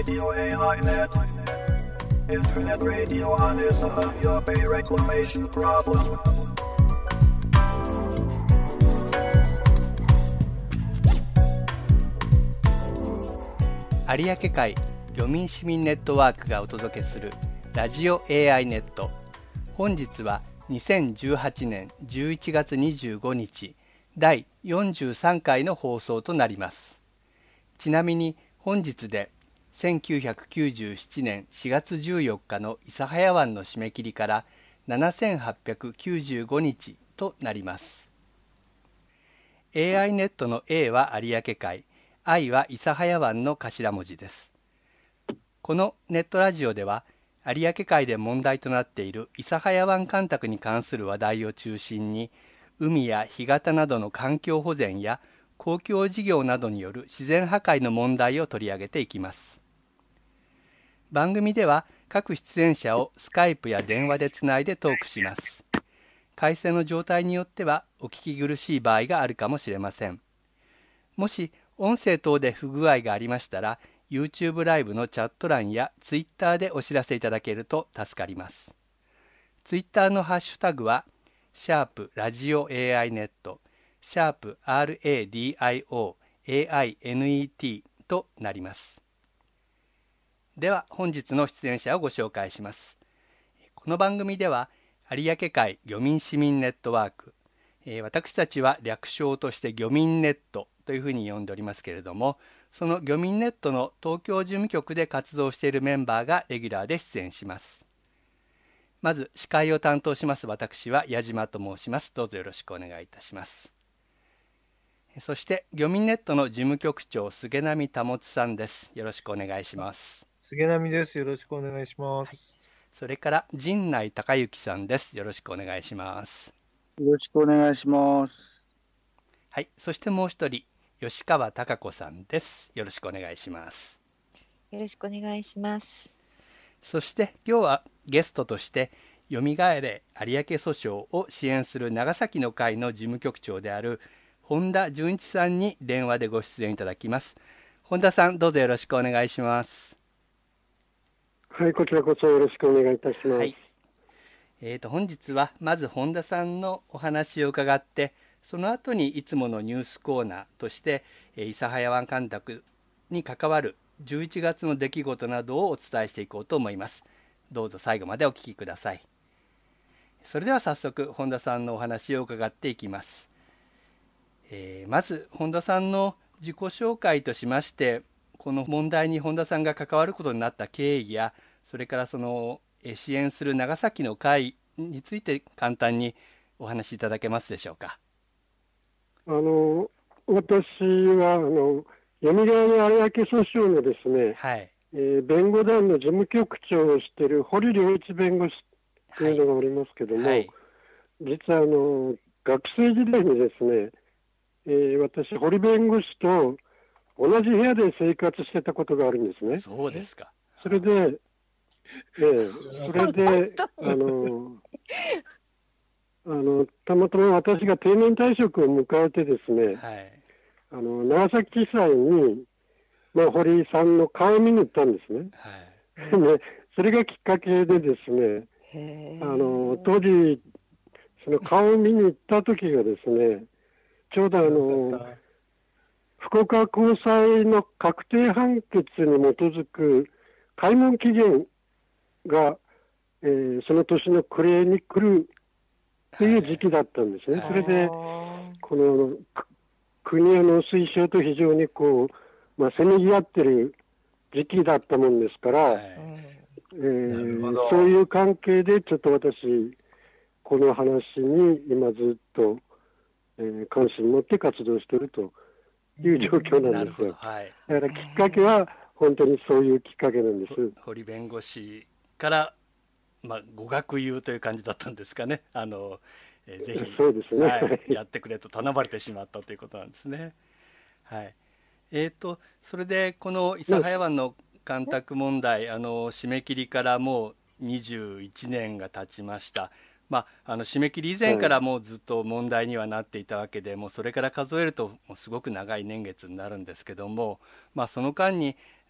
Radio AI Net. Internet radio on is your pay reclamation problem. 有明海漁民市民ネットワークがお届けするラジオ AI ネット。本日は2018年11月25日第43回の放送となります。ちなみに本日で1997年4月14日の諫早湾の締め切りから7895日となります。 AI ネットの A は有明海、I は諫早湾の頭文字です。このネットラジオでは有明海で問題となっている諫早湾干拓に関する話題を中心に、海や干潟などの環境保全や公共事業などによる自然破壊の問題を取り上げていきます。番組では各出演者をスカイプや電話でつないでトークします。回線の状態によってはお聞き苦しい場合があるかもしれません。もし音声等で不具合がありましたら、YouTube ライブのチャット欄や Twitter でお知らせいただけると助かります。Twitter のハッシュタグはラジオ AI ネット、RADIOAINET となります。では本日の出演者をご紹介します。この番組では有明海漁民市民ネットワーク、私たちは略称として漁民ネットというふうに呼んでおりますけれども、その漁民ネットの東京事務局で活動しているメンバーがレギュラーで出演します。まず司会を担当します私は矢島と申します。どうぞよろしくお願いいたします。そして漁民ネットの事務局長菅波保さんです。よろしくお願いします。 菅波です。よろしくお願いします。 それから陣内孝之さんです。よろしくお願いします。 よろしくお願いします。 はい、そしてもう一人吉川貴子さんです。よろしくお願いします。 よろしくお願いします。 そして今日はゲストとしてよみがえれ有明訴訟を支援する長崎の会の事務局長である本田純一さんに電話でご出演いただきます。本田さん、どうぞよろしくお願いします。 はい、こちらこそよろしくお願いいたします。はい、 本日はまず本田さんのお話を伺って、その後にいつものニュースコーナーとして諫早湾干拓に関わる11月の出来事などをお伝えしていこうと思います。どうぞ最後までお聞きください。それでは早速本田さんのお話を伺っていきます。まず本田さんの自己紹介としまして、この問題に本田さんが関わることになった経緯や、それからその支援する長崎の会について簡単にお話しいただけますでしょうか。 私はよみがえり有明訴訟のですね、 はい、 弁護団の事務局長をしている堀良一弁護士というのがおりますけども、はい、実は学生時代にですね、私堀弁護士と同じ部屋で生活してたことがあるんですね。 そうですか。 それでたまたま私が定年退職を迎えてですね、はい、長崎地裁に、堀井さんの顔を見に行ったんですね。はい、それがきっかけでですね、当時その顔を見に行った時がですね、ちょうど福岡高裁の確定判決に基づく開門期限が、その年の暮れに来るという時期だったんですね。はい、それでこの国への推奨と非常にせめぎ合ってる時期だったもんですから、はい、そういう関係でちょっと私この話に今ずっと、関心を持って活動しているという状況なんですよ。はい、だからきっかけは本当にそういうきっかけなんです。 堀弁護士からご学友という感じだったんですかね。ぜひそうですね、 はい、やってくれと頼まれてしまったということなんですね。はい、それでこの諫早湾の干拓問題、締め切りからもう21年が経ちました。締め切り以前からもうずっと問題にはなっていたわけで、もうそれから数えるともうすごく長い年月になるんですけども、その間に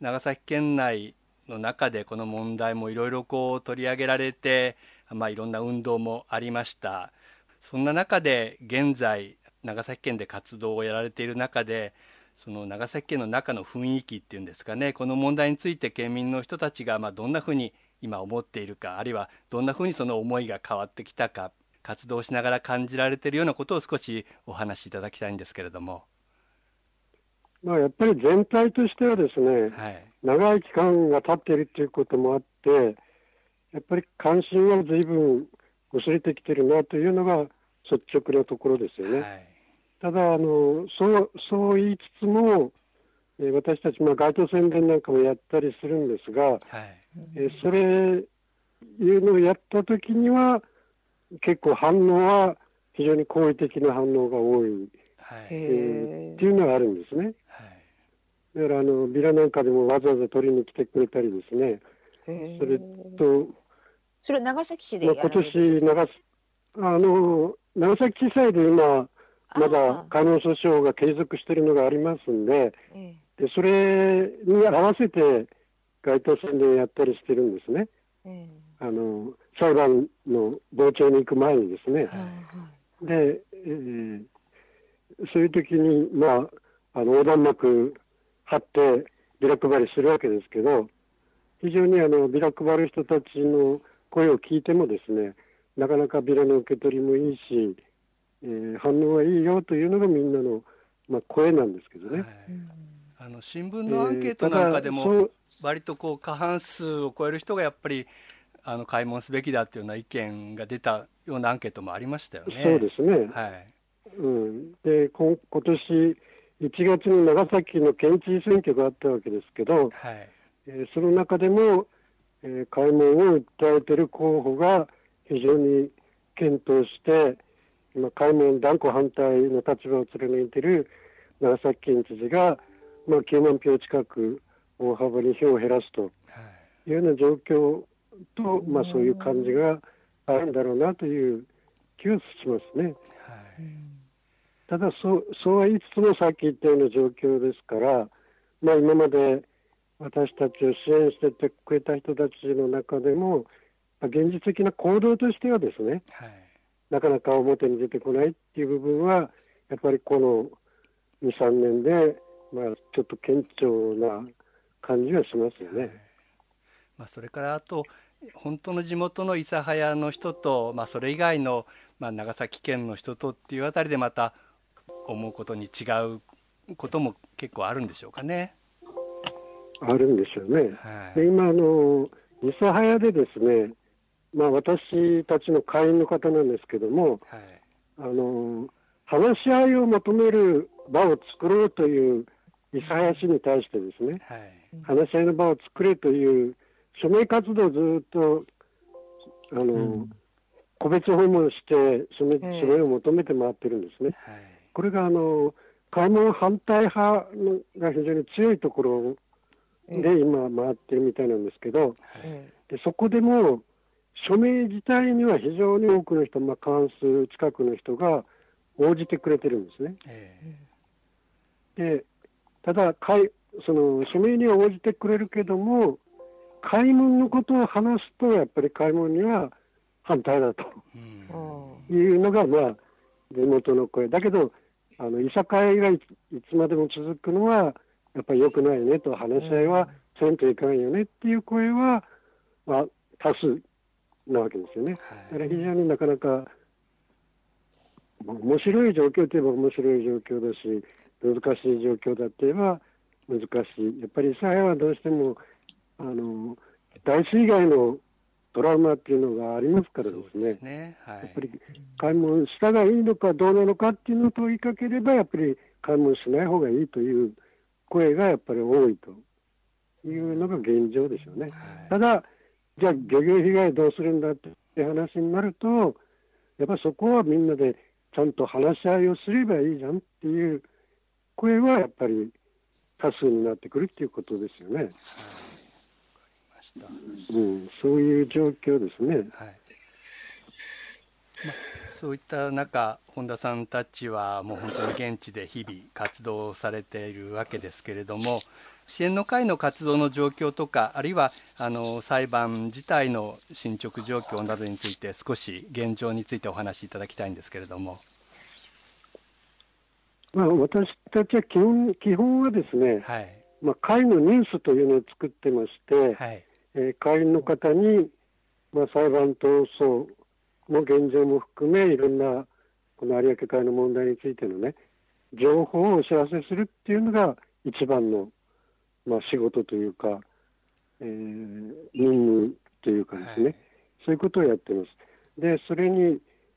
長崎県内の中でこの問題もいろいろ取り上げられて、いろんな運動もありました。そんな中で現在長崎県で活動をやられている中で、その長崎県の中の雰囲気っていうんですかね、この問題について県民の人たちがどんなふうに今思っているか、あるいはどんなふうにその思いが変わってきたか、活動しながら感じられているようなことを少しお話しいただきたいんですけれども。 やっぱり全体としてはですね、長い期間が経っているということもあって、やっぱり関心は随分薄れてきているなというのが率直なところですよね。ただそう言いつつも、私たち街頭宣伝なんかもやったりするんですが、それいうのをやったときには結構反応は非常に好意的な反応が多い、っていうのがあるんですね。だからビラなんかでもわざわざ取りに来てくれたりですね。それとそれ長崎市でやられる今年長崎地裁で今まだ開門訴訟が継続しているのがありますんで、でそれに合わせて街頭宣伝やったりしてるんですね。裁判の傍聴に行く前にですね。で、そういう時に横断幕貼ってビラ配りするわけですけど、非常にビラ配る人たちの声を聞いてもですね、なかなかビラの受け取りもいいし、反応はいいよというのがみんなの、声なんですけどね。 新聞のアンケートなんかでも割と過半数を超える人がやっぱり開門すべきだというような意見が出たようなアンケートもありましたよね。 そうですね。で今年1月に長崎の県知事選挙があったわけですけど、その中でも、開門を訴えている候補が非常に検討して、開門断固反対の立場を貫いている長崎県知事が、9万票近く大幅に票を減らすというような状況と、そういう感じがあるんだろうなという気がしますね。ただそうは言いつつもさっき言ったような状況ですから、今まで私たちを支援しててくれた人たちの中でも、現実的な行動としてはですね、なかなか表に出てこないっていう部分はやっぱりこの 2,3 年で、ちょっと顕著な感じはしますよね。 それからあと本当の地元の諫早の人と、それ以外の、長崎県の人とっていうあたりでまた思うことに違うことも結構あるんでしょうかね。 あるんでしょうね。で今諫早でですね、私たちの会員の方なんですけども、話し合いを求める場を作ろうという諫早市に対してですね、話し合いの場を作れという署名活動をずっと個別訪問して署名を求めて回ってるんですね。これが開門反対派が非常に強いところで今回ってるみたいなんですけど、でそこでも署名自体には非常に多くの人、過半数近くの人が応じてくれてるんですね。でただその署名には応じてくれるけども、開門のことを話すとやっぱり開門には反対だというのが地元の声だけど、いさかいがいつまでも続くのはやっぱり良くないねと、話し合いはせんといかんよねっていう声は、多数なわけですよね。だから非常になかなか面白い状況といえば面白い状況だし、難しい状況だって言えば難しい。やっぱり諫早はどうしても大水害のトラウマっていうのがありますからですね。やっぱり開門したがいいのかどうなのかっていうのを問いかければ、やっぱり開門しない方がいいという声がやっぱり多いというのが現状でしょうね。ただじゃあ漁業被害どうするんだって話になると、やっぱりそこはみんなでちゃんと話し合いをすればいいじゃんっていう声はやっぱり多数になってくるっていうことですよね。そういう状況ですね。 そういった中、本田さんたちはもう本当に現地で日々活動されているわけですけれども、 支援の会の活動の状況とか、あるいは裁判自体の進捗状況などについて、少し現状についてお話しいただきたいんですけれども。 私たちは基本はですね、はい、会のニュースというのを作ってまして、はい、会員の方に、裁判闘争の現状も含め、いろんなこの有明会の問題についてのね、情報をお知らせするっていうのが一番の、仕事というか、任務というかですね、はい、そういうことをやってます。で、それに、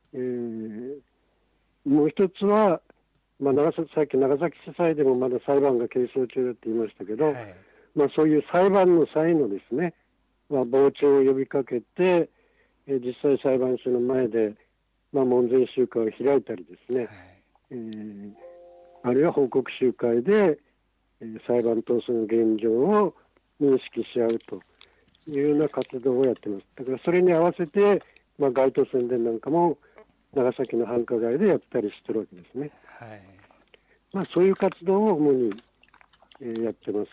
もう一つは、さっき長崎地裁でもまだ裁判が係争中だって言いましたけど、はい、そういう裁判の際のですね、傍聴を呼びかけて、実際裁判所の前で、門前集会を開いたりですね、はい、あるいは報告集会で、裁判闘争の現状を認識し合うというような活動をやってます。だからそれに合わせて、街頭宣伝なんかも長崎の繁華街でやったりしてるわけですね。はい、そういう活動を主に、やってます。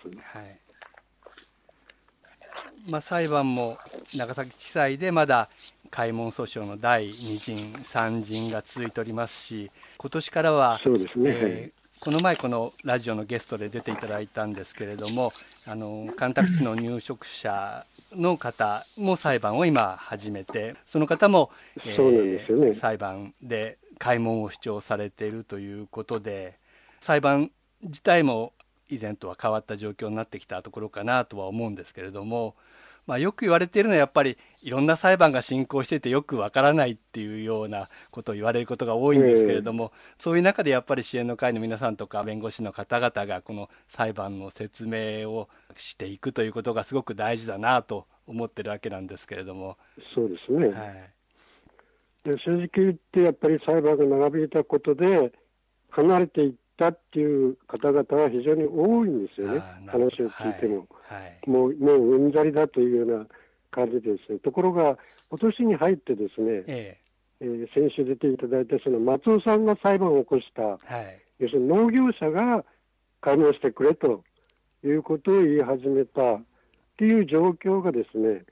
はい、裁判も長崎地裁でまだ開門訴訟の第2審、3審が続いておりますし、今年からはそうですね、この前このラジオのゲストで出ていただいたんですけれども、干拓地の入植者の方も裁判を今始めて、その方も、そうなんですよね、裁判で開門を主張されているということで、裁判自体も以前とは変わった状況になってきたところかなとは思うんですけれども、よく言われているのはやっぱりいろんな裁判が進行しててよくわからないっていうようなことを言われることが多いんですけれども、そういう中でやっぱり支援の会の皆さんとか弁護士の方々がこの裁判の説明をしていくということがすごく大事だなと思ってるわけなんですけれども。 そうですね、はい、で正直言ってやっぱり裁判が長引いたことで離れていったっていう方々は非常に多いんですよね。話を聞いても、はいはい、もううんざりだというような感じですね。ところが今年に入ってですね、先週出ていただいたその松尾さんが裁判を起こした、はい、要するに農業者が開門してくれということを言い始めたっていう状況がですね、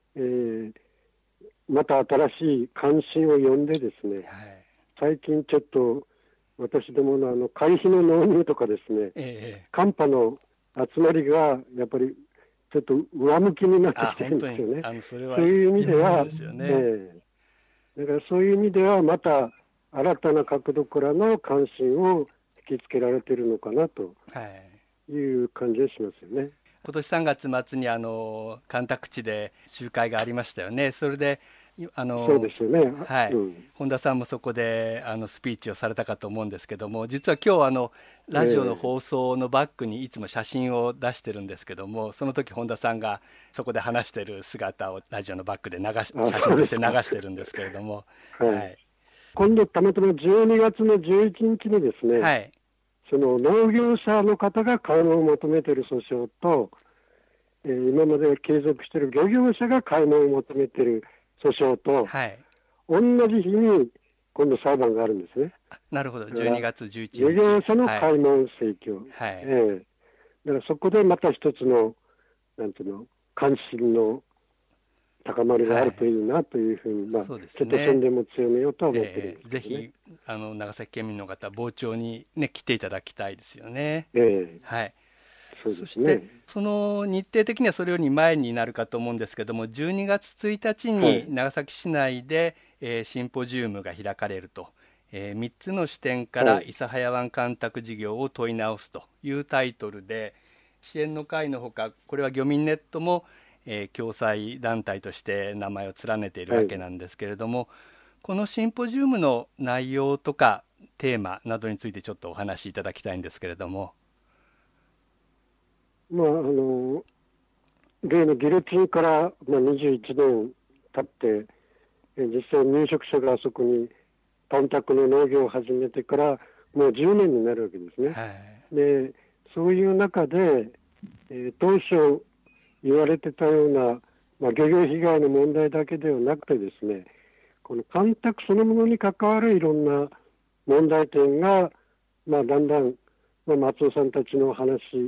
また新しい関心を呼んでですね、はい、最近ちょっと私どもの会費の納入とかですね、寒波の集まりがやっぱりちょっと上向きになってきてるんですよね。そういう意味では、だからそういう意味ではまた新たな角度からの関心を引きつけられているのかなという感じがしますよね。 今年3月末に干拓地で集会がありましたよね。それでそうですよね、 はい、本田さんもそこでスピーチをされたかと思うんですけども、実は今日ラジオの放送のバックにいつも写真を出してるんですけども、その時本田さんがそこで話してる姿をラジオのバックで写真として流してるんですけれども、はいはい、 今度たまたま12月の11日にですね、はい、その農業者の方が開門を求めている訴訟と、今まで継続している漁業者が開門を求めている訴訟と、はい、同じ日に今度裁判があるんですね。 なるほど、12月11日。 漁業者の開門請求、はいだからそこでまた一つのなんていうの関心の高まりがあるといいなというふうに、ちょっと宣伝も強めようとは思ってるんです、ねぜひ長崎県民の方傍聴に、来ていただきたいですよね。はいそうですね、 そしてその日程的にはそれより前になるかと思うんですけども、12月1日に長崎市内で、シンポジウムが開かれると、3つの視点から諫早湾干拓事業を問い直すというタイトルで、支援の会のほか、これは漁民ネットも、共催団体として名前を連ねているわけなんですけれども、このシンポジウムの内容とかテーマなどについてちょっとお話しいただきたいんですけれども。 例のギロチンから、21年経って、実際入植者があそこに干拓の農業を始めてからもう10年になるわけですね。はい、でそういう中で、当初言われてたような、漁業被害の問題だけではなくてですね、この干拓そのものに関わるいろんな問題点が、だんだん、松尾さんたちの話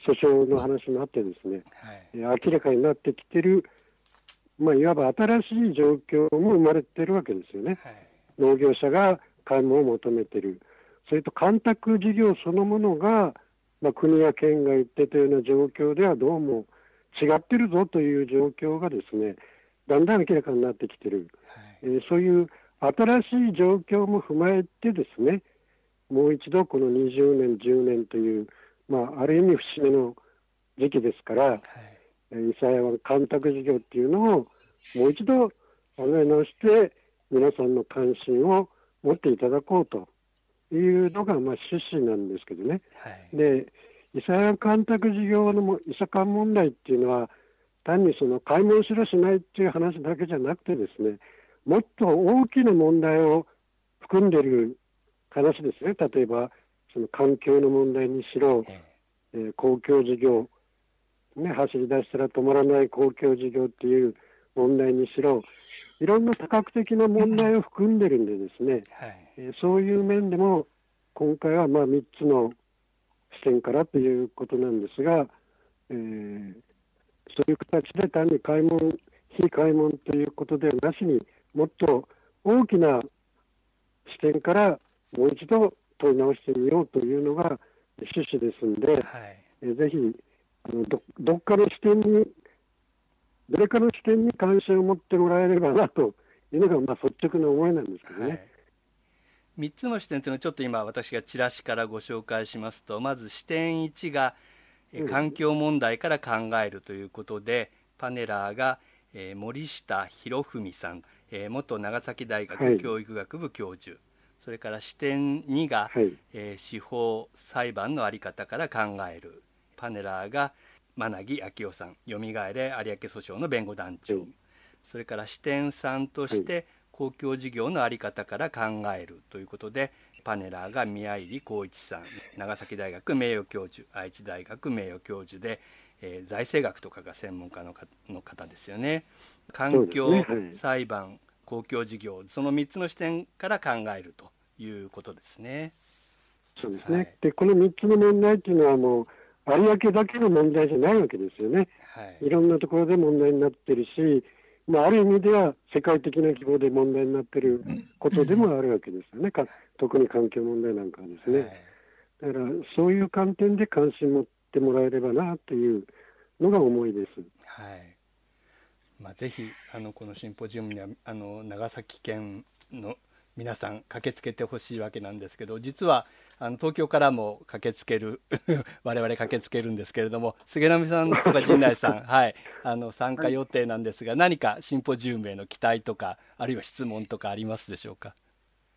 訴訟の話もあってですね、 はい、 明らかになってきてる、いわば新しい状況も生まれてるわけですよね。 はい、 農業者が開門を求めてる。それと干拓事業そのものが、国や県が言ってたような状況ではどうも違ってるぞという状況がですね、だんだん明らかになってきてる。 はい、 そういう新しい状況も踏まえてですね、もう一度この20年、10年という、ある意味節目の時期ですから、 はい、 諫早湾干拓事業っていうのをもう一度考え直して皆さんの関心を持っていただこうというのが趣旨なんですけどね。 はい、 で、諫早湾干拓事業の諫間問題っていうのは単にその開門しろしないっていう話だけじゃなくてですね、もっと大きな問題を含んでいる話ですね。例えばその環境の問題にしろ、公共事業、走り出したら止まらない公共事業っていう問題にしろ、いろんな多角的な問題を含んでるんでですね、 はい、 そういう面でも今回は3つの視点からということなんですが、そういう形で単に開門、非開門ということではなしに、もっと大きな視点からもう一度問い直してみようというのが趣旨ですので、 はい、 ぜひどっかの視点に、どれかの視点に関心を持ってもらえればなというのが率直な思いなんですけどね。 はい、3つの視点というのはちょっと今私がチラシからご紹介しますと、まず視点1が環境問題から考えるということで、パネラーが森下博文さん、元長崎大学教育学部教授、それから視点2が、司法裁判の在り方から考える、パネラーが馬奈木昭夫さん、よみがえれ有明訴訟の弁護団長、それから視点3として公共事業の在り方から考えるということで、パネラーが宮入浩一さん、長崎大学名誉教授、愛知大学名誉教授で、財政学とかが専門家の方ですよね。環境、裁判、公共事業、その3つの視点から考えるということですね。 そうですね、はい、でこの3つの問題というのはもう有明だけの問題じゃないわけですよね。 はい、 いろんなところで問題になってるし、ある意味では世界的な規模で問題になっていることでもあるわけですよね。特に環境問題なんかはですね、はい、だからそういう観点で関心を持ってもらえればなというのが思いです。 はい、ぜひこのシンポジウムには長崎県の皆さん駆けつけてほしいわけなんですけど、実は東京からも駆けつける我々駆けつけるんですけれども、菅波さんとか陣内さん、はい、参加予定なんですが、何かシンポジウムへの期待とか、あるいは質問とかありますでしょうか。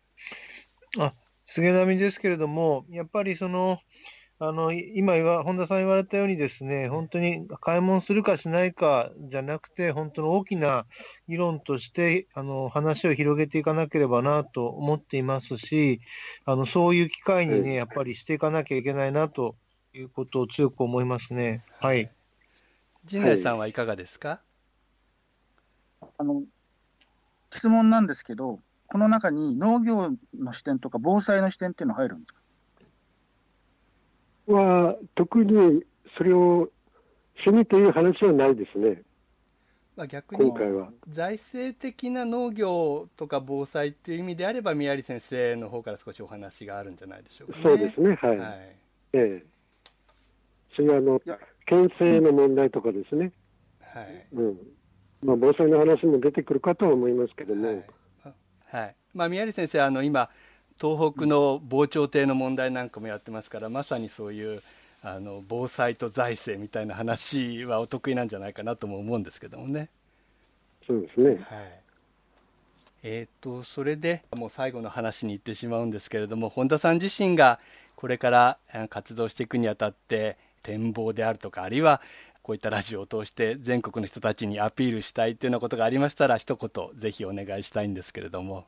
菅波ですけれども、やっぱり今本田さん言われたようにですね、本当に開門するかしないかじゃなくて、本当の大きな議論として話を広げていかなければなと思っていますし、そういう機会にね、やっぱりしていかなきゃいけないなということを強く思いますね。はい。 陣内さんはいかがですか。 質問なんですけど、この中に農業の視点とか防災の視点っていうのは入るんですか。 特にそれを主にという話はないですね。 逆に財政的な農業とか防災っていう意味であれば、宮有先生の方から少しお話があるんじゃないでしょうかね。 そうですね、はい、はい、それは県政の問題とかですね、はい、防災の話も出てくるかとは思いますけども、 はいはい、宮有先生今東北の防潮堤の問題なんかもやってますから、まさにそういう防災と財政みたいな話はお得意なんじゃないかなとも思うんですけどもね。 そうですね、 はい、それでもう最後の話に行ってしまうんですけれども、本田さん自身がこれから活動していくにあたって展望であるとか、あるいはこういったラジオを通して全国の人たちにアピールしたいというようなことがありましたら、一言ぜひお願いしたいんですけれども。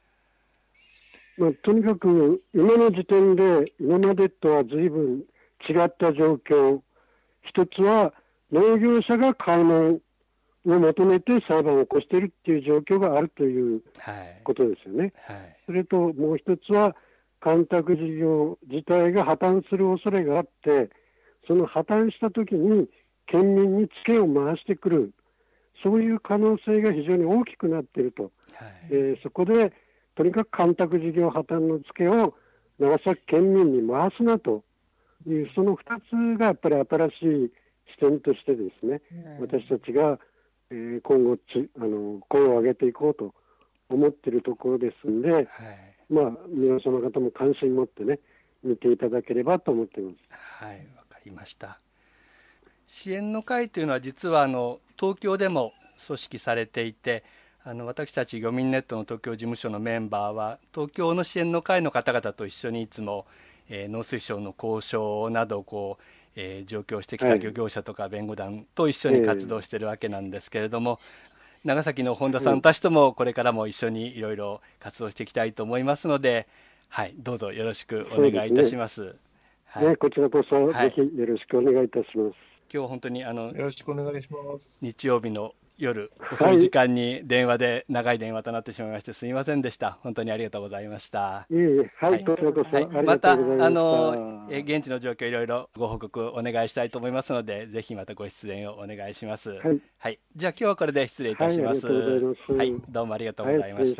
とにかく今の時点で今までとは随分違った状況、一つは農業者が開門を求めて裁判を起こしているっていう状況があるということですよね、はいはい、それともう一つは干拓事業自体が破綻する恐れがあって、 その破綻したときに県民にツケを回してくる、そういう可能性が非常に大きくなっていると、そこでとにかく干拓事業破綻のツケを長崎県民に回すなという、その2つがやっぱり新しい視点としてですね、私たちが、今後声を上げていこうと思っているところですので、皆様方も関心持ってね、見ていただければと思っています。 はい、わかりました。支援の会というのは実は東京でも組織されていて、私たち漁民ネットの東京事務所のメンバーは東京の支援の会の方々と一緒にいつも、農水省の交渉などを上京してきた漁業者とか弁護団と一緒に活動しているわけなんですけれども、長崎の本田さんたちともこれからも一緒にいろいろ活動していきたいと思いますので、どうぞよろしくお願いいたします。 こちらこそぜひよろしくお願いいたします。 今日本当によろしくお願いします。 日曜日の夜遅い時間に電話で、長い電話となってしまいましてすみませんでした。本当にありがとうございました。 こちらこそありがとうございました。 また現地の状況いろいろご報告お願いしたいと思いますので、ぜひまたご出演をお願いします。じゃあ今日はこれで失礼いたします。どうもありがとうございました。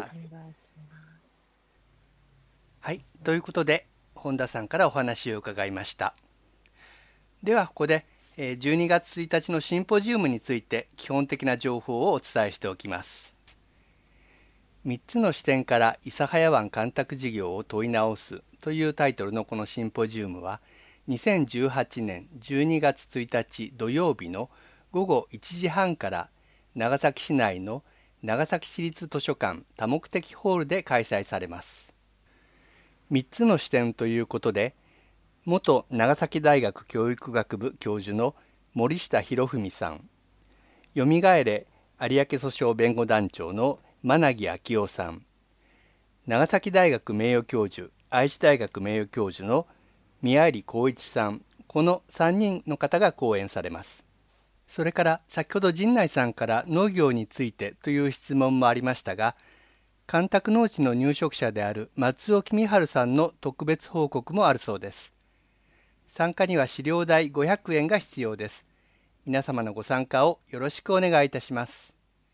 ということで本田さんからお話を伺いました。ではここで12月1日のシンポジウムについて基本的な情報をお伝えしておきます。3つの視点から諫早湾干拓事業を問い直すというタイトルのこのシンポジウムは、2018年12月1日土曜日の午後1時半から長崎市内の長崎市立図書館多目的ホールで開催されます。3つの視点ということで、元長崎大学教育学部教授の森下博文さん、よみがえれ有明訴訟弁護団長の馬奈木昭夫さん、長崎大学名誉教授、愛知大学名誉教授の宮入浩一さん、この3人の方が講演されます。それから先ほど陣内さんから農業についてという質問もありましたが、干拓農地の入植者である松尾公春さんの特別報告もあるそうです。参加には資料代500円が必要です。皆様のご参加をよろしくお願いいたします。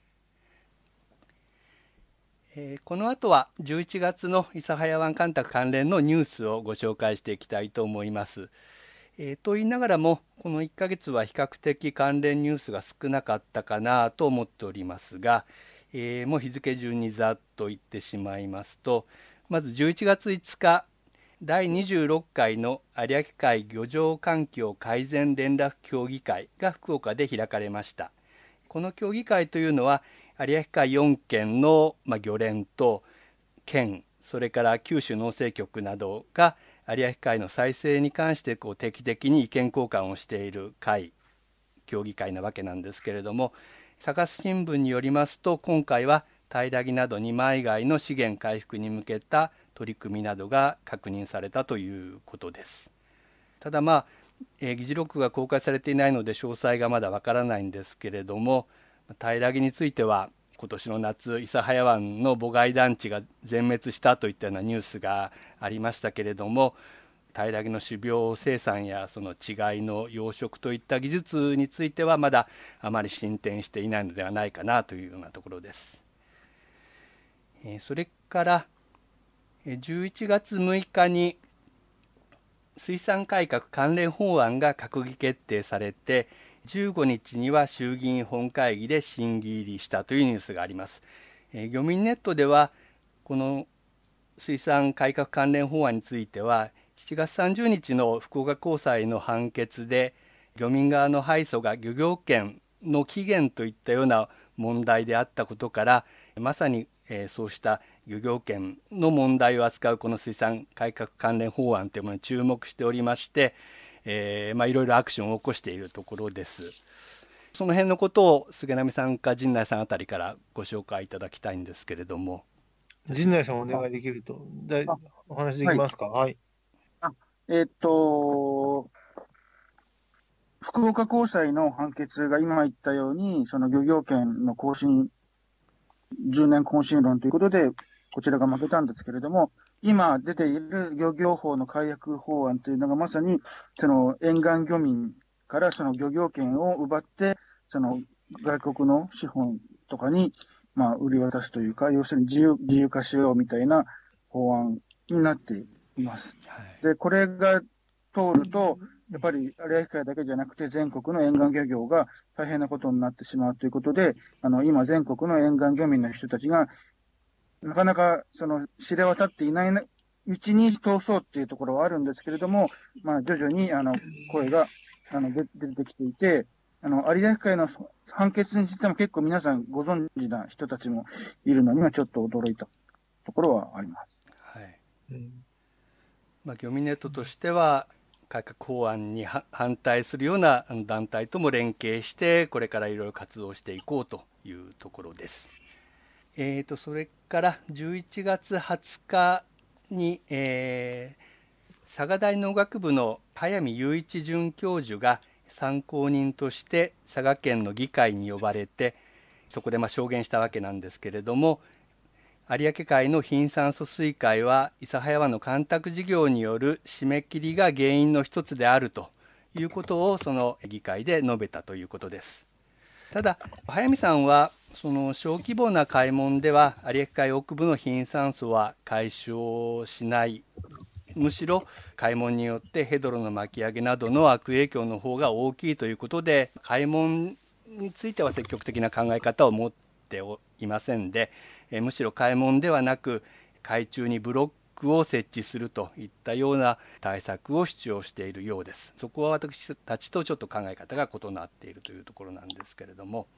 この後は11月の諫早湾干拓関連のニュースをご紹介していきたいと思います。と言いながらもこの1ヶ月は比較的関連ニュースが少なかったかなと思っておりますが、もう日付順にざっと言ってしまいますと、まず11月5日第26回の有明海漁場環境改善連絡協議会が福岡で開かれました。この協議会というのは有明海4県の漁連と県、それから九州農政局などが有明海の再生に関して定期的に意見交換をしている協議会なわけなんですけれども、サカス新聞によりますと、今回は平木など二枚貝の資源回復に向けた取り組みなどが確認されたということです。ただ議事録が公開されていないので詳細がまだわからないんですけれども、平木については今年の夏諫早湾の母貝団地が全滅したといったようなニュースがありましたけれども、平木の種苗生産やその稚貝の養殖といった技術についてはまだあまり進展していないのではないかなというようなところです。それから11月6日に水産改革関連法案が閣議決定されて、15日には衆議院本会議で審議入りしたというニュースがあります。漁民ネットではこの水産改革関連法案については7月30日の福岡高裁の判決で、漁民側の敗訴が漁業権の期限といったような問題であったことから、まさにそうした漁業権の問題を扱うこの水産改革関連法案というものに注目しておりまして、いろいろアクションを起こしているところです。その辺のことを菅波さんか陣内さんあたりからご紹介いただきたいんですけれども。 陣内さんお願いできるとお話できますか。はい。 福岡高裁の判決が今言ったように、その漁業権の更新、10年更新論ということで、こちらが負けたんですけれども、 今出ている漁業法の改悪法案というのがまさにその沿岸漁民からその漁業権を奪ってその外国の資本とかに売り渡すというか、要するに自由化しようみたいな法案になっています。で、これが通ると、やっぱり有明海だけじゃなくて全国の沿岸漁業が大変なことになってしまうということで、今全国の沿岸漁民の人たちがなかなかその知れ渡っていないうちに通そうっていうところはあるんですけれども、徐々に声が出てきていて、有明海の判決についても結構皆さんご存知な人たちもいるのにはちょっと驚いたところはあります。 はい。漁民ネットとしては改革法案に反対するような団体とも連携してこれからいろいろ活動していこうというところです。それから11月20日に、佐賀大農学部の早見雄一准教授が参考人として佐賀県の議会に呼ばれて、そこで証言したわけなんですけれども、有明海の貧酸疎水海は諫早湾の干拓事業による締め切りが原因の一つであるということをその議会で述べたということです。ただ早見さんはその小規模な開門では有明海北部の貧酸素は解消しない、むしろ開門によってヘドロの巻き上げなどの悪影響の方が大きいということで、開門については積極的な考え方を持っていませんで、むしろ開門ではなく海中にブロックを設置するといったような対策を主張しているようです。そこは私たちとちょっと考え方が異なっているというところなんですけれども、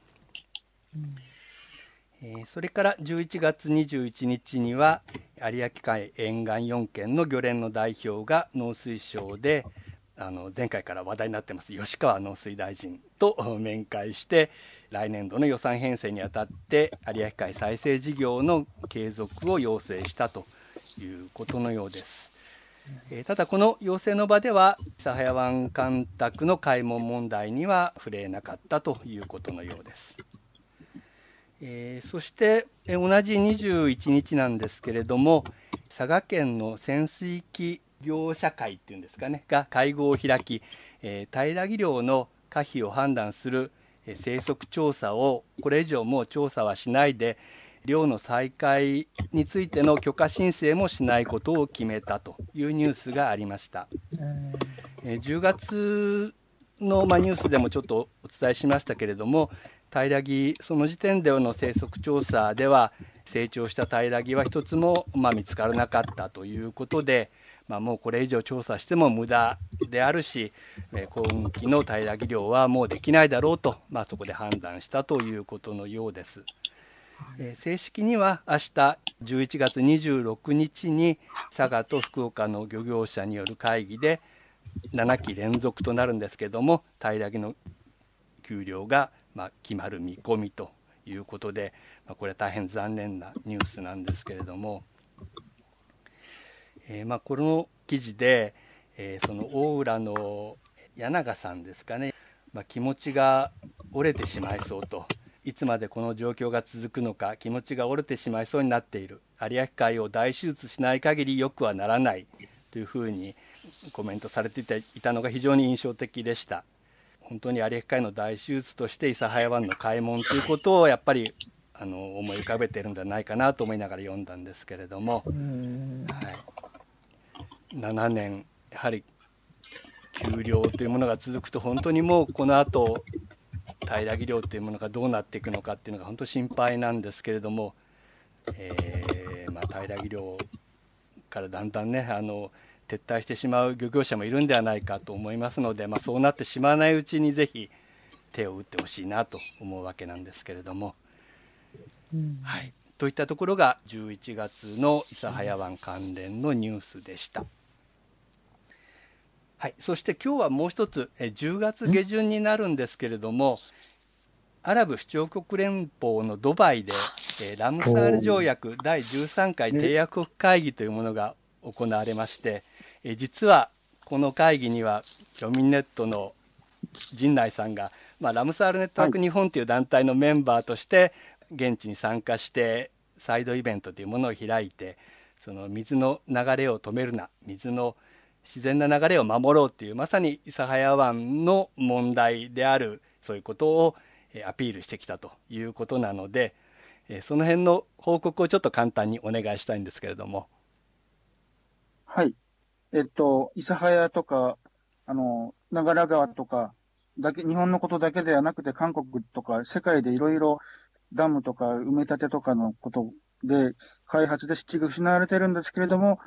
それから11月21日には有明海沿岸4県の漁連の代表が農水省で前回から話題になってます吉川農水大臣と面会して、来年度の予算編成にあたって有明海再生事業の継続を要請したということのようです。ただこの要請の場では諫早湾干拓の開門問題には触れなかったということのようです。そして同じ21日なんですけれども、佐賀県の潜水機業者会っていうんですかねが会合を開き、平良木漁の可否を判断する生息調査をこれ以上もう調査はしないで、漁の再開についての許可申請もしないことを決めたというニュースがありました。10月のニュースでもちょっとお伝えしましたけれども、平木その時点での生息調査では成長した平木は一つも見つからなかったということで、もうこれ以上調査しても無駄であるし、今期の平木漁はもうできないだろうと、そこで判断したということのようです。正式には明日11月26日に佐賀と福岡の漁業者による会議で7期連続となるんですけれども、平木の給料が決まる見込みということで、これは大変残念なニュースなんですけれども、この記事で、その大浦の柳永さんですかね、気持ちが折れてしまいそうと、いつまでこの状況が続くのか気持ちが折れてしまいそうになっている、有明海を大手術しない限りよくはならないというふうにコメントされていたのが非常に印象的でした。本当に有明海の大手術として諫早湾の開門ということをやっぱり思い浮かべてるんじゃないかなと思いながら読んだんですけれども、7年やはり休漁というものが続くと、本当にもうこの後平木漁というものがどうなっていくのかっていうのが本当心配なんですけれども、平木漁からだんだんね撤退してしまう漁業者もいるんではないかと思いますので、そうなってしまわないうちにぜひ手を打ってほしいなと思うわけなんですけれども、といったところが11月の諫早湾関連のニュースでした。そして今日はもう一つ、10月下旬になるんですけれども、アラブ首長国連邦のドバイで、ラムサール条約第13回締約国会議というものが行われまして、実はこの会議には漁民ネットの陣内さんが、ラムサールネットワーク日本という団体のメンバーとして現地に参加してサイドイベントというものを開いて、 その水の流れを止めるな、水の自然な流れを守ろうっていう、まさに諫早湾の問題である、そういうことをアピールしてきたということなので、その辺の報告をちょっと簡単にお願いしたいんですけれども。 はい。諫早とか、長良川とかだけ、日本のことだけではなくて、韓国とか世界でいろいろダムとか埋め立てとかのことで、開発で湿地が失われてるんですけれども、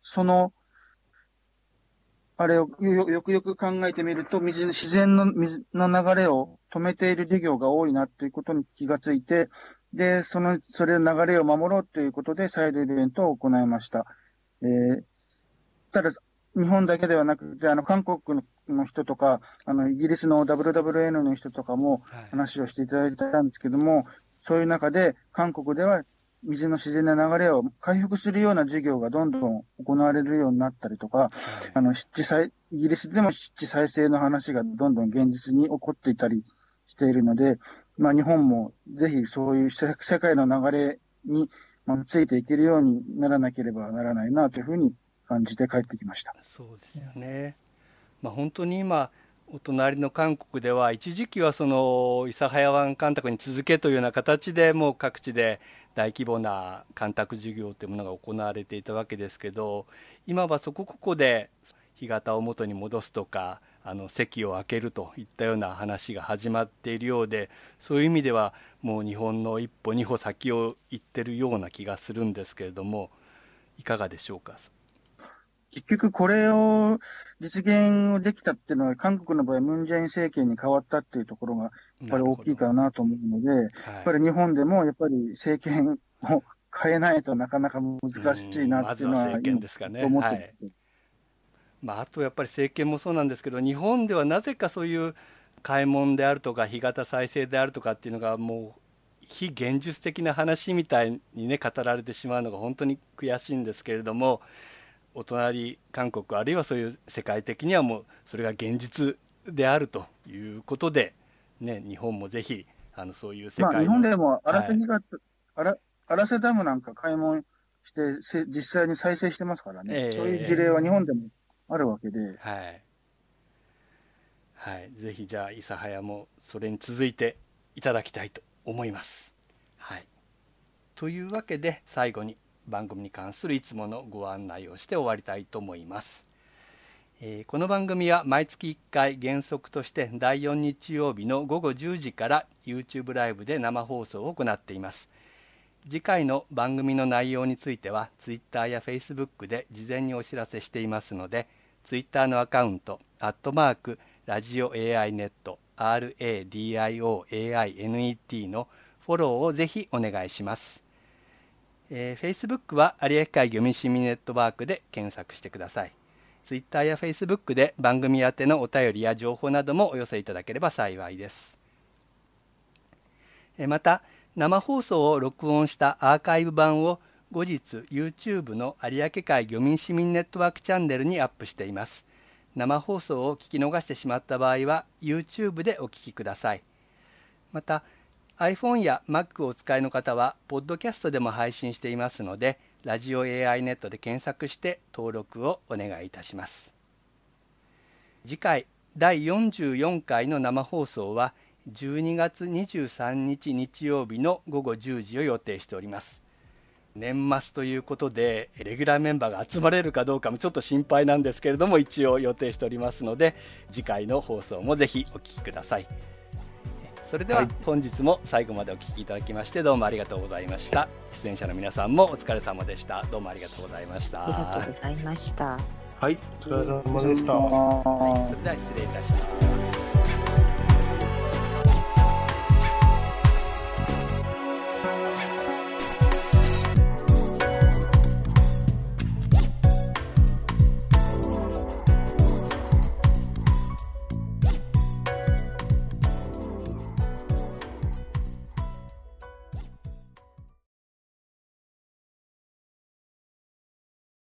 あれをよくよく考えてみると、自然の水の流れを止めている事業が多いなということに気がついて、で、それの流れを守ろうということで、サイドイベントを行いました。ただ、日本だけではなくて、韓国の人とか、イギリスの WWN の人とかも話をしていただいたんですけども、そういう中で、韓国では水の自然な流れを回復するような事業がどんどん行われるようになったりとか、イギリスでも湿地再生の話がどんどん現実に起こっていたりしているので、日本もぜひそういう世界の流れについていけるようにならなければならないなというふうに感じて帰ってきました。 そうですよね。本当に今お隣の韓国では一時期はその諫早湾干拓に続けというような形でもう各地で大規模な干拓事業というものが行われていたわけですけど、今はそこここで干潟を元に戻すとか堰を開けるといったような話が始まっているようで、そういう意味ではもう日本の一歩二歩先を行ってるような気がするんですけれども、いかがでしょうか。 結局これを実現できたっていうのは、韓国の場合ムン・ジェイン政権に変わったっていうところがやっぱり大きいかなと思うので、やっぱり日本でもやっぱり政権を変えないとなかなか難しいなっていうのは思っています。 あとやっぱり政権もそうなんですけど、日本ではなぜかそういう開墾であるとか干潟再生であるとかっていうのがもう非現実的な話みたいにね語られてしまうのが本当に悔しいんですけれども、お隣韓国あるいはそういう世界的にはもうそれが現実であるということで、日本もぜひそういう世界の、 日本でも荒瀬ダムなんか開墾して実際に再生してますからね、そういう事例は日本でもあるわけで、 ぜひじゃあ諫早もそれに続いていただきたいと思います。というわけで最後に番組に関するいつものご案内をして終わりたいと思います。この番組は毎月1回原則として第4日曜日の午後10時から YouTube ライブで生放送を行っています。次回の番組の内容については Twitter や Facebook で事前にお知らせしていますので、Twitter のアカウント@RadioAINet RADIOAINET のフォローをぜひお願いします。Facebook は有明海漁民市民ネットワークで検索してください。Twitter や Facebook で番組宛てのお便りや情報などもお寄せいただければ幸いです。また生放送を録音したアーカイブ版を後日 YouTube の有明海漁民市民ネットワークチャンネルにアップしています。生放送を聞き逃してしまった場合は YouTube でお聞きください。またiPhone や Mac をお使いの方はポッドキャストでも配信していますので、ラジオ AI ネットで検索して登録をお願いいたします。次回第44回の生放送は12月23日日曜日の午後10時を予定しております。年末ということでレギュラーメンバーが集まれるかどうかもちょっと心配なんですけれども、一応予定しておりますので、次回の放送もぜひお聞きください。それでは本日も最後までお聞きいただきましてどうもありがとうございました。出演者の皆さんもお疲れ様でした。どうもありがとうございました。 ありがとうございました。 はい、お疲れ様でした。 それでは失礼いたします。